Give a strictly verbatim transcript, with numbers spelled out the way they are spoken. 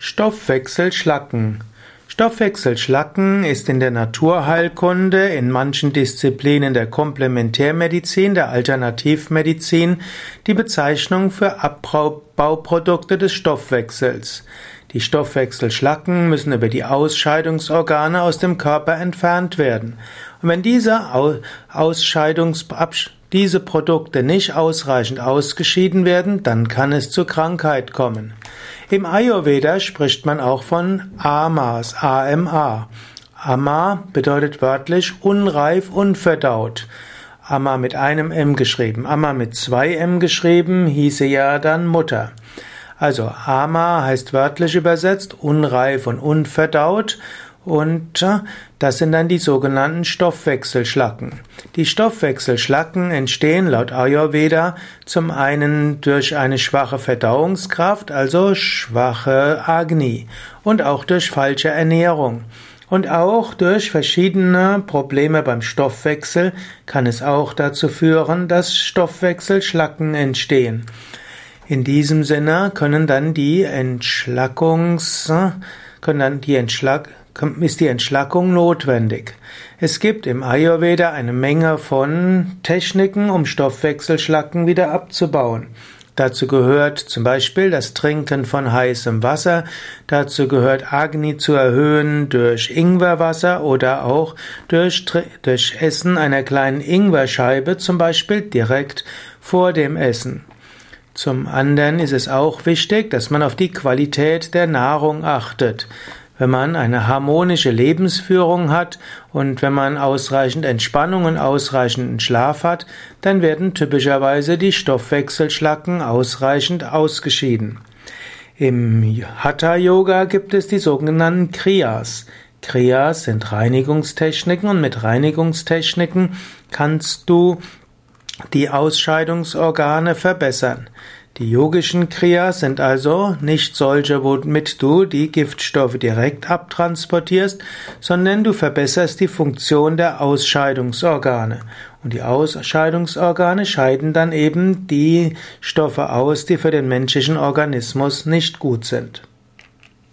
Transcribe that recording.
Stoffwechselschlacken. Stoffwechselschlacken ist in der Naturheilkunde, in manchen Disziplinen der Komplementärmedizin, der Alternativmedizin die Bezeichnung für Abbauprodukte des Stoffwechsels. Die Stoffwechselschlacken müssen über die Ausscheidungsorgane aus dem Körper entfernt werden. Und wenn diese Ausscheidungs diese Produkte nicht ausreichend ausgeschieden werden, dann kann es zu Krankheit kommen. Im Ayurveda spricht man auch von Amas, A M A. Ama bedeutet wörtlich unreif, unverdaut. Ama mit einem M geschrieben. Ama mit zwei M geschrieben hieße ja dann Mutter. Also Ama heißt wörtlich übersetzt unreif und unverdaut. Und das sind dann die sogenannten Stoffwechselschlacken. Die Stoffwechselschlacken entstehen laut Ayurveda zum einen durch eine schwache Verdauungskraft, also schwache Agni, und auch durch falsche Ernährung. Und auch durch verschiedene Probleme beim Stoffwechsel kann es auch dazu führen, dass Stoffwechselschlacken entstehen. In diesem Sinne können dann die Entschlackungs, können dann die Entschlack ist die Entschlackung notwendig. Es gibt im Ayurveda eine Menge von Techniken, um Stoffwechselschlacken wieder abzubauen. Dazu gehört zum Beispiel das Trinken von heißem Wasser, dazu gehört Agni zu erhöhen durch Ingwerwasser oder auch durch, durch Essen einer kleinen Ingwerscheibe, zum Beispiel direkt vor dem Essen. Zum anderen ist es auch wichtig, dass man auf die Qualität der Nahrung achtet. Wenn man eine harmonische Lebensführung hat und wenn man ausreichend Entspannung und ausreichenden Schlaf hat, dann werden typischerweise die Stoffwechselschlacken ausreichend ausgeschieden. Im Hatha-Yoga gibt es die sogenannten Kriyas. Kriyas sind Reinigungstechniken und mit Reinigungstechniken kannst du die Ausscheidungsorgane verbessern. Die yogischen Kriyas sind also nicht solche, womit du die Giftstoffe direkt abtransportierst, sondern du verbesserst die Funktion der Ausscheidungsorgane. Und die Ausscheidungsorgane scheiden dann eben die Stoffe aus, die für den menschlichen Organismus nicht gut sind.